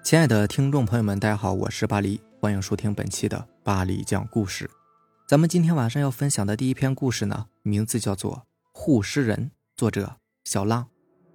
亲爱的听众朋友们，大家好，我是巴黎，欢迎收听本期的巴黎讲故事。咱们今天晚上要分享的第一篇故事呢，名字叫做《护尸人》，作者小浪。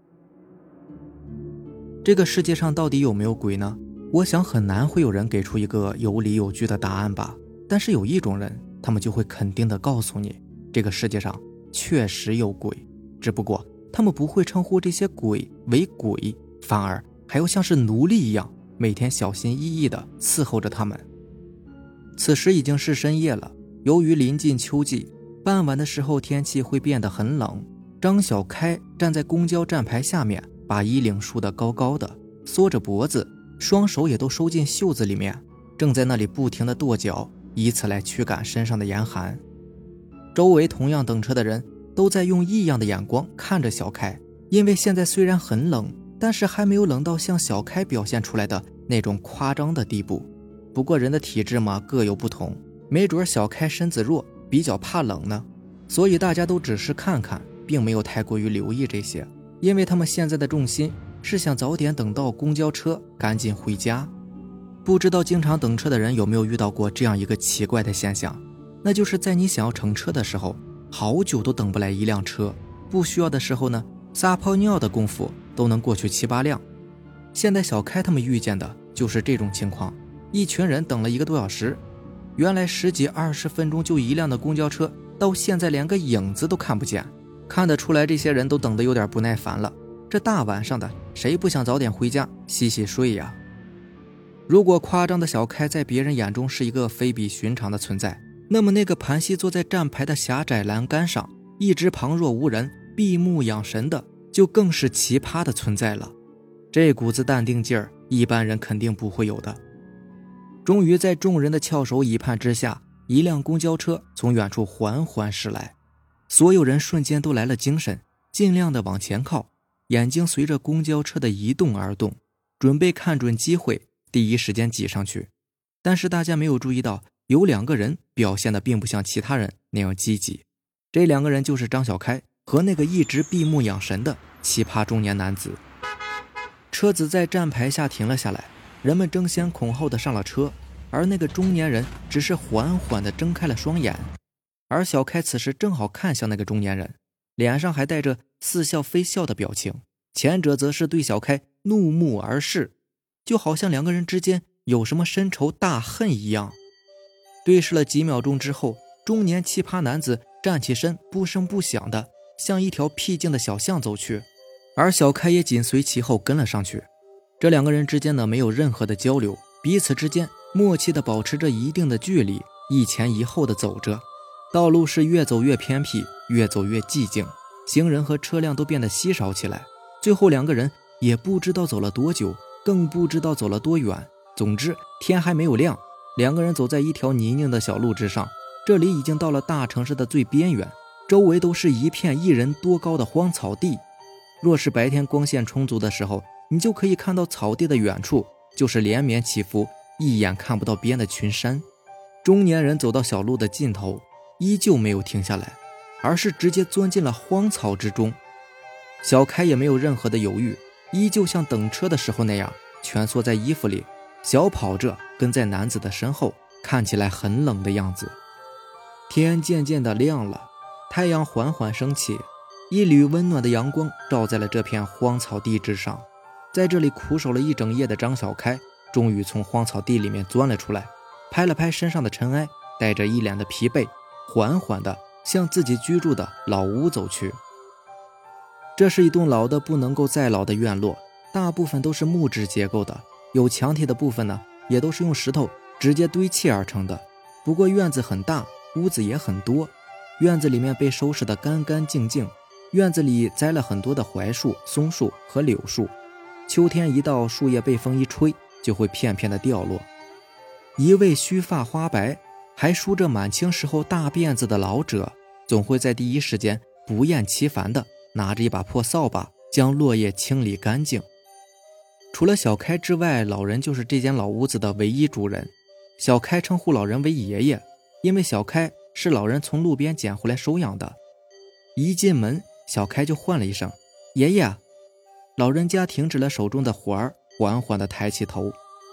这个世界上到底有没有鬼呢？我想很难会有人给出一个有理有据的答案吧。但是有一种人，他们就会肯定地告诉你，这个世界上确实有鬼，只不过他们不会称呼这些鬼为鬼，反而还要像是奴隶一样，每天小心翼翼地伺候着他们。此时已经是深夜了，由于临近秋季，傍晚的时候天气会变得很冷。张小开站在公交站牌下面，把衣领束得高高的，缩着脖子，双手也都收进袖子里面，正在那里不停地跺脚，以此来驱赶身上的严寒。周围同样等车的人都在用异样的眼光看着小开，因为现在虽然很冷，但是还没有冷到像小开表现出来的那种夸张的地步。不过人的体质嘛，各有不同，没准小开身子弱，比较怕冷呢，所以大家都只是看看，并没有太过于留意这些，因为他们现在的重心是想早点等到公交车，赶紧回家。不知道经常等车的人有没有遇到过这样一个奇怪的现象，那就是在你想要乘车的时候，好久都等不来一辆车，不需要的时候呢，撒泡尿的功夫都能过去7、8辆。现在小开他们遇见的就是这种情况，一群人等了1个多小时，原来10几20分钟就一辆的公交车，到现在连个影子都看不见，看得出来这些人都等得有点不耐烦了。这大晚上的，谁不想早点回家洗洗睡呀？如果夸张的小开在别人眼中是一个非比寻常的存在，那么那个盘膝坐在站牌的狭窄栏杆上，一直旁若无人闭目养神的，就更是奇葩的存在了。这股子淡定劲儿，一般人肯定不会有的。终于在众人的翘首以盼之下，一辆公交车从远处缓缓驶来，所有人瞬间都来了精神，尽量的往前靠，眼睛随着公交车的移动而动，准备看准机会第一时间挤上去。但是大家没有注意到，有2个人表现的并不像其他人那样积极。这2个人就是张小开和那个一直闭目养神的奇葩中年男子。车子在站牌下停了下来，人们争先恐后的上了车，而那个中年人只是缓缓地睁开了双眼。而小开此时正好看向那个中年人，脸上还带着似笑非笑的表情，前者则是对小开怒目而视，就好像2个人之间有什么深仇大恨一样。对视了几秒钟之后，中年奇葩男子站起身，不声不响的向一条僻静的小巷走去，而小开也紧随其后跟了上去。这2个人之间呢，没有任何的交流，彼此之间默契的保持着一定的距离，一前一后的走着。道路是越走越偏僻，越走越寂静，行人和车辆都变得稀少起来。最后2个人也不知道走了多久，更不知道走了多远。总之天还没有亮，2个人走在一条泥泞的小路之上，这里已经到了大城市的最边缘，周围都是一片1人多高的荒草地。若是白天光线充足的时候，你就可以看到草地的远处就是连绵起伏，一眼看不到边的群山。中年人走到小路的尽头，依旧没有停下来，而是直接钻进了荒草之中。小开也没有任何的犹豫，依旧像等车的时候那样蜷缩在衣服里，小跑着跟在男子的身后，看起来很冷的样子。天渐渐的亮了，太阳缓缓升起，一缕温暖的阳光照在了这片荒草地之上。在这里苦守了一整夜的张小开终于从荒草地里面钻了出来，拍了拍身上的尘埃，带着一脸的疲惫，缓缓地向自己居住的老屋走去。这是一栋老的不能够再老的院落，大部分都是木质结构的，有墙体的部分呢，也都是用石头直接堆砌而成的。不过院子很大，屋子也很多，院子里面被收拾得干干净净，院子里栽了很多的槐树、松树和柳树，秋天一到，树叶被风一吹，就会片片的掉落。一位须发花白，还梳着满清时候大辫子的老者，总会在第一时间不厌其烦地拿着一把破扫把，将落叶清理干净。除了小开之外，老人就是这间老屋子的唯一主人。小开称呼老人为爷爷，因为小开是老人从路边捡回来收养的。一进门，小开就唤了一声爷爷。老人家停止了手中的活儿，缓缓地抬起头，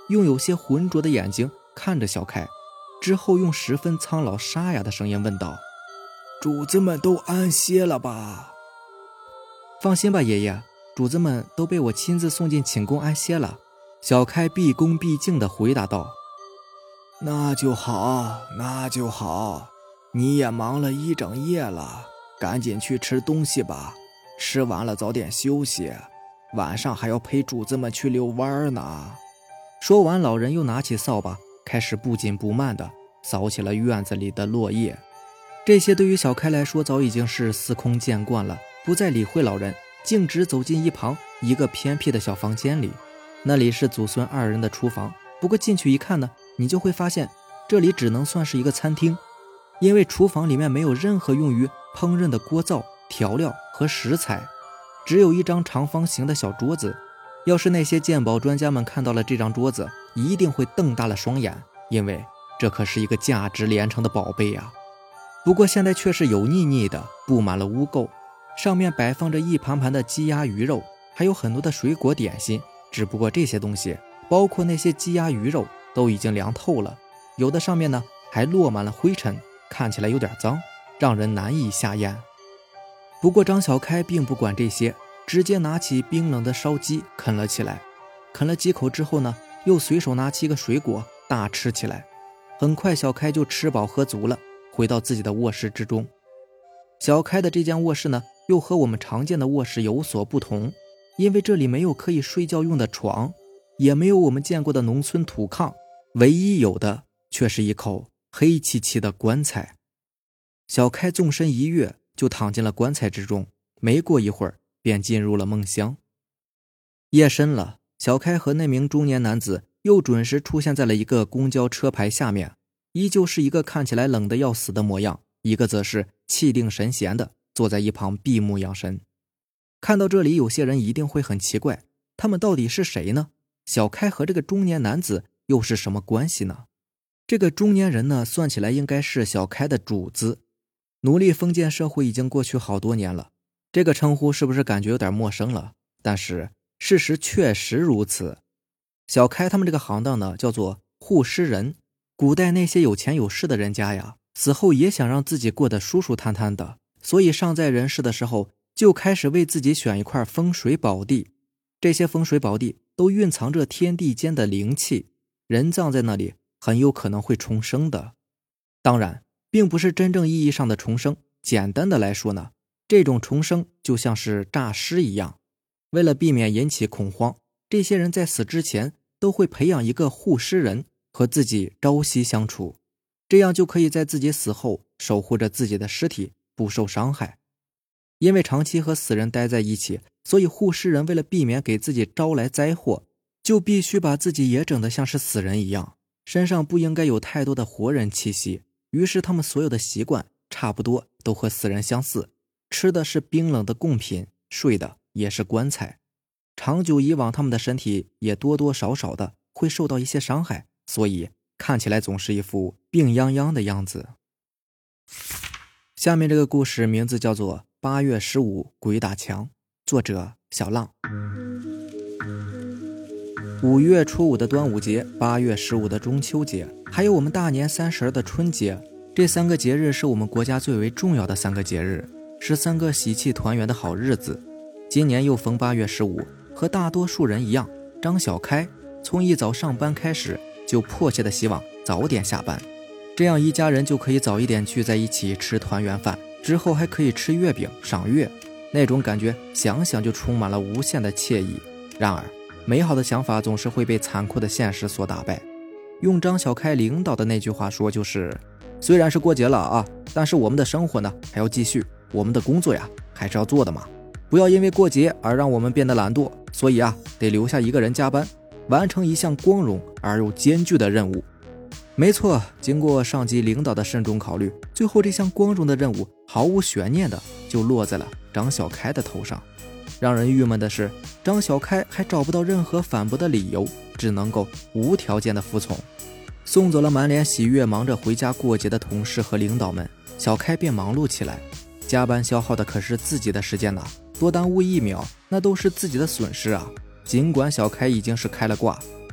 用有些浑浊的眼睛看着小开，之后用十分苍老沙哑的声音问道：主子们都安歇了吧？放心吧爷爷，主子们都被我亲自送进寝宫安歇了。小开毕恭毕敬地回答道。那就好，那就好，你也忙了一整夜了，赶紧去吃东西吧，吃完了早点休息，晚上还要陪主子们去遛弯呢。说完，老人又拿起扫把，开始不紧不慢地扫起了院子里的落叶。这些对于小开来说早已经是司空见惯了，不再理会老人，径直走进一旁一个偏僻的小房间里。那里是祖孙二人的厨房，不过进去一看呢，你就会发现这里只能算是一个餐厅，因为厨房里面没有任何用于烹饪的锅灶、调料和食材，只有一张长方形的小桌子。要是那些鉴宝专家们看到了这张桌子，一定会瞪大了双眼，因为这可是一个价值连城的宝贝啊。不过现在却是油腻腻的，布满了污垢，上面摆放着一盘盘的鸡鸭鱼肉，还有很多的水果点心，只不过这些东西，包括那些鸡鸭鱼肉，都已经凉透了，有的上面呢还落满了灰尘，看起来有点脏，让人难以下咽。不过张小开并不管这些，直接拿起冰冷的烧鸡啃了起来。啃了几口之后呢，又随手拿起一个水果大吃起来。很快小开就吃饱喝足了，回到自己的卧室之中。小开的这间卧室呢，又和我们常见的卧室有所不同，因为这里没有可以睡觉用的床，也没有我们见过的农村土炕，唯一有的却是一口黑漆漆的棺材。小开纵身一跃，就躺进了棺材之中，没过一会儿便进入了梦乡。夜深了，小开和那名中年男子又准时出现在了一个公交车牌下面，依旧是一个看起来冷得要死的模样，一个则是气定神闲的坐在一旁闭目养神。看到这里，有些人一定会很奇怪，他们到底是谁呢？小开和这个中年男子又是什么关系呢？这个中年人呢，算起来应该是小开的主子。奴隶封建社会已经过去好多年了，这个称呼是不是感觉有点陌生了？但是事实确实如此。小开他们这个行当呢，叫做护尸人。古代那些有钱有势的人家呀，死后也想让自己过得舒舒坦坦的，所以尚在人世的时候就开始为自己选一块风水宝地。这些风水宝地都蕴藏着天地间的灵气，人葬在那里很有可能会重生的。当然并不是真正意义上的重生，简单的来说呢，这种重生就像是诈尸一样。为了避免引起恐慌，这些人在死之前都会培养一个护尸人和自己朝夕相处，这样就可以在自己死后守护着自己的尸体不受伤害。因为长期和死人待在一起，所以护尸人为了避免给自己招来灾祸，就必须把自己也整得像是死人一样，身上不应该有太多的活人气息。于是他们所有的习惯差不多都和死人相似，吃的是冰冷的贡品，睡的也是棺材。长久以往，他们的身体也多多少少的会受到一些伤害，所以看起来总是一副病殃殃的样子。下面这个故事名字叫做8月15鬼打墙，作者小浪。5月初5的端午节，8月15的中秋节，还有我们大年30的春节，这3个节日是我们国家最为重要的3个节日，是3个喜气团圆的好日子。今年又逢8月15，和大多数人一样，张小开从一早上班开始就迫切的希望早点下班，这样一家人就可以早一点聚在一起吃团圆饭，之后还可以吃月饼赏月，那种感觉想想就充满了无限的惬意。然而美好的想法总是会被残酷的现实所打败。用张小开领导的那句话说，就是虽然是过节了啊，但是我们的生活呢还要继续，我们的工作呀还是要做的嘛，不要因为过节而让我们变得懒惰，所以啊得留下一个人加班，完成一项光荣而又艰巨的任务。没错，经过上级领导的慎重考虑，最后这项光荣的任务毫无悬念的就落在了张小开的头上。让人郁闷的是，张小开还找不到任何反驳的理由，只能够无条件的服从。送走了满脸喜悦忙着回家过节的同事和领导们，小开便忙碌起来。加班消耗的可是自己的时间呐，多耽误1秒那都是自己的损失啊。尽管小开已经是开了挂，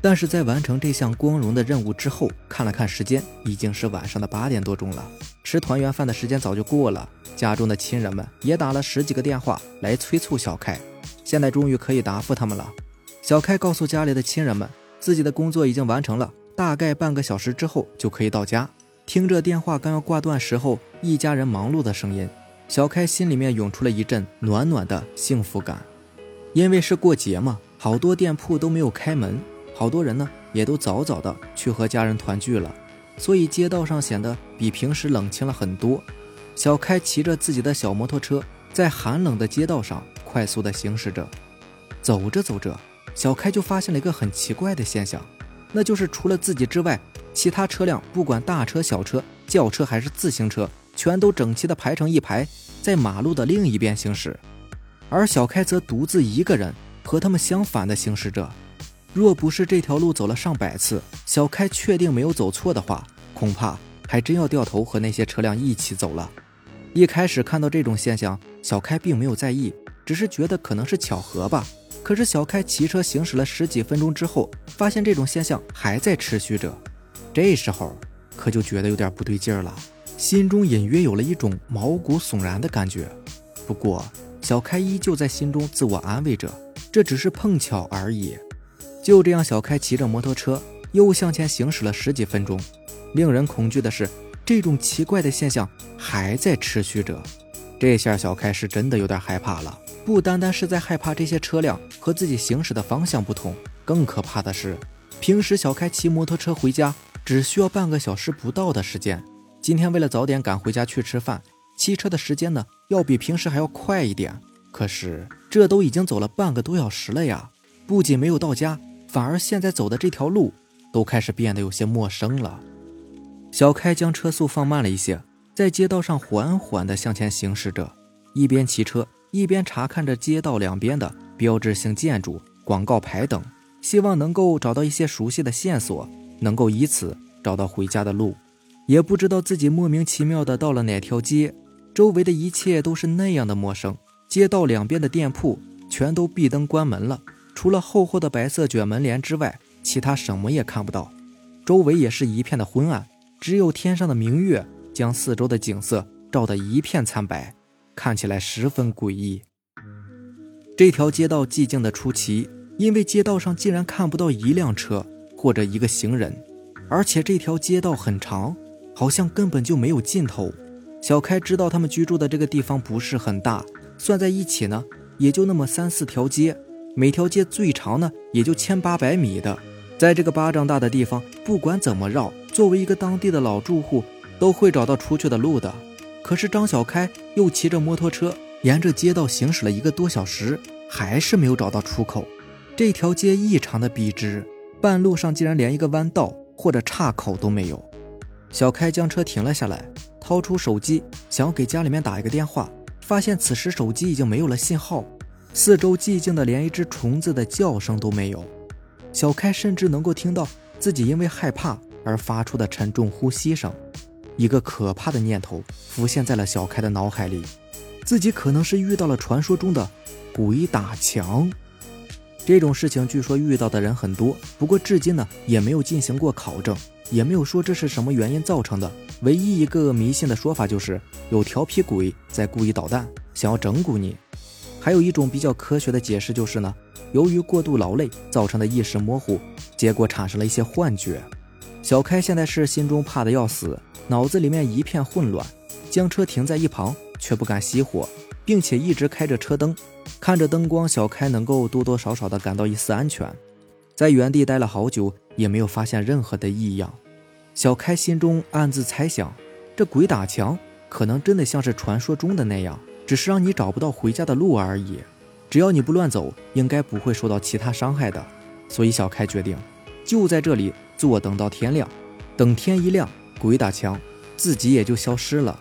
但是在完成这项光荣的任务之后，看了看时间，已经是晚上的8点多钟了，吃团圆饭的时间早就过了。家中的亲人们也打了10几个电话来催促小开，现在终于可以答复他们了。小开告诉家里的亲人们，自己的工作已经完成了，大概半个小时之后就可以到家。听着电话刚要挂断时候，一家人忙碌的声音，小开心里面涌出了一阵暖暖的幸福感。因为是过节嘛，好多店铺都没有开门，好多人呢也都早早的去和家人团聚了，所以街道上显得比平时冷清了很多。小开骑着自己的小摩托车，在寒冷的街道上快速的行驶着。走着走着，小开就发现了一个很奇怪的现象，那就是除了自己之外，其他车辆不管大车小车、轿车还是自行车，全都整齐的排成一排，在马路的另一边行驶，而小开则独自一个人和他们相反的行驶着。若不是这条路走了上百次，小开确定没有走错的话，恐怕还真要掉头和那些车辆一起走了。一开始看到这种现象，小开并没有在意，只是觉得可能是巧合吧。可是小开骑车行驶了10几分钟之后，发现这种现象还在持续着。这时候可就觉得有点不对劲了，心中隐约有了一种毛骨悚然的感觉。不过小开依旧在心中自我安慰着，这只是碰巧而已。就这样，小开骑着摩托车又向前行驶了10几分钟。令人恐惧的是，这种奇怪的现象还在持续着。这下小开是真的有点害怕了，不单单是在害怕这些车辆和自己行驶的方向不同，更可怕的是，平时小开骑摩托车回家只需要半个小时不到的时间，今天为了早点赶回家去吃饭，骑车的时间呢要比平时还要快一点。可是这都已经走了半个多小时了呀，不仅没有到家，反而现在走的这条路都开始变得有些陌生了。小开将车速放慢了一些，在街道上缓缓地向前行驶着，一边骑车一边查看着街道两边的标志性建筑、广告牌等，希望能够找到一些熟悉的线索，能够以此找到回家的路。也不知道自己莫名其妙地到了哪条街，周围的一切都是那样的陌生，街道两边的店铺全都闭灯关门了，除了厚厚的白色卷门帘之外，其他什么也看不到。周围也是一片的昏暗，只有天上的明月将四周的景色照得一片惨白，看起来十分诡异。这条街道寂静的出奇，因为街道上竟然看不到一辆车或者一个行人，而且这条街道很长，好像根本就没有尽头。小开知道他们居住的这个地方不是很大，算在一起呢也就那么3、4条街，每条街最长呢也就1800米的。在这个巴掌大的地方，不管怎么绕，作为一个当地的老住户都会找到出去的路的。可是张小开又骑着摩托车沿着街道行驶了1个多小时，还是没有找到出口。这条街异常的笔直，半路上竟然连一个弯道或者岔口都没有。小开将车停了下来，掏出手机想要给家里面打一个电话，发现此时手机已经没有了信号，四周寂静的连一只虫子的叫声都没有。小开甚至能够听到自己因为害怕而发出的沉重呼吸声。一个可怕的念头浮现在了小开的脑海里，自己可能是遇到了传说中的鬼打墙。这种事情据说遇到的人很多，不过至今呢也没有进行过考证，也没有说这是什么原因造成的。唯一一个迷信的说法就是有调皮鬼在故意捣蛋，想要整蛊你。还有一种比较科学的解释就是呢，由于过度劳累造成的意识模糊，结果产生了一些幻觉。小开现在是心中怕得要死，脑子里面一片混乱，将车停在一旁，却不敢熄火，并且一直开着车灯。看着灯光，小开能够多多少少的感到一丝安全。在原地待了好久，也没有发现任何的异样。小开心中暗自猜想，这鬼打墙可能真的像是传说中的那样，只是让你找不到回家的路而已。只要你不乱走，应该不会受到其他伤害的。所以小开决定就在这里坐等到天亮，等天一亮，鬼打墙自己也就消失了。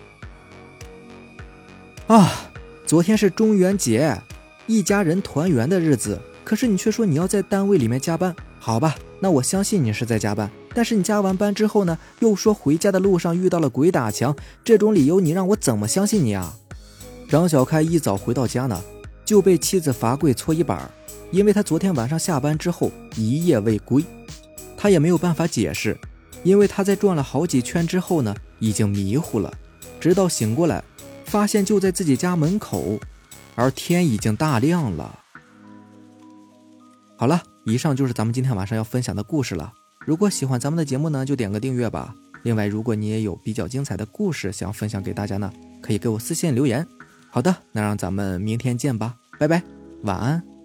昨天是中元节，一家人团圆的日子，可是你却说你要在单位里面加班。好吧，那我相信你是在加班，但是你加完班之后呢，又说回家的路上遇到了鬼打墙，这种理由你让我怎么相信你啊？张小开一早回到家呢，就被妻子罚跪搓衣板， 因为他昨天晚上下班之后一夜未归。他也没有办法解释，因为他在转了好几圈之后呢，已经迷糊了，直到醒过来，发现就在自己家门口，而天已经大亮了。好了，以上就是咱们今天晚上要分享的故事了。如果喜欢咱们的节目呢，就点个订阅吧。另外，如果你也有比较精彩的故事想分享给大家呢，可以给我私信留言。好的，那让咱们明天见吧，拜拜，晚安。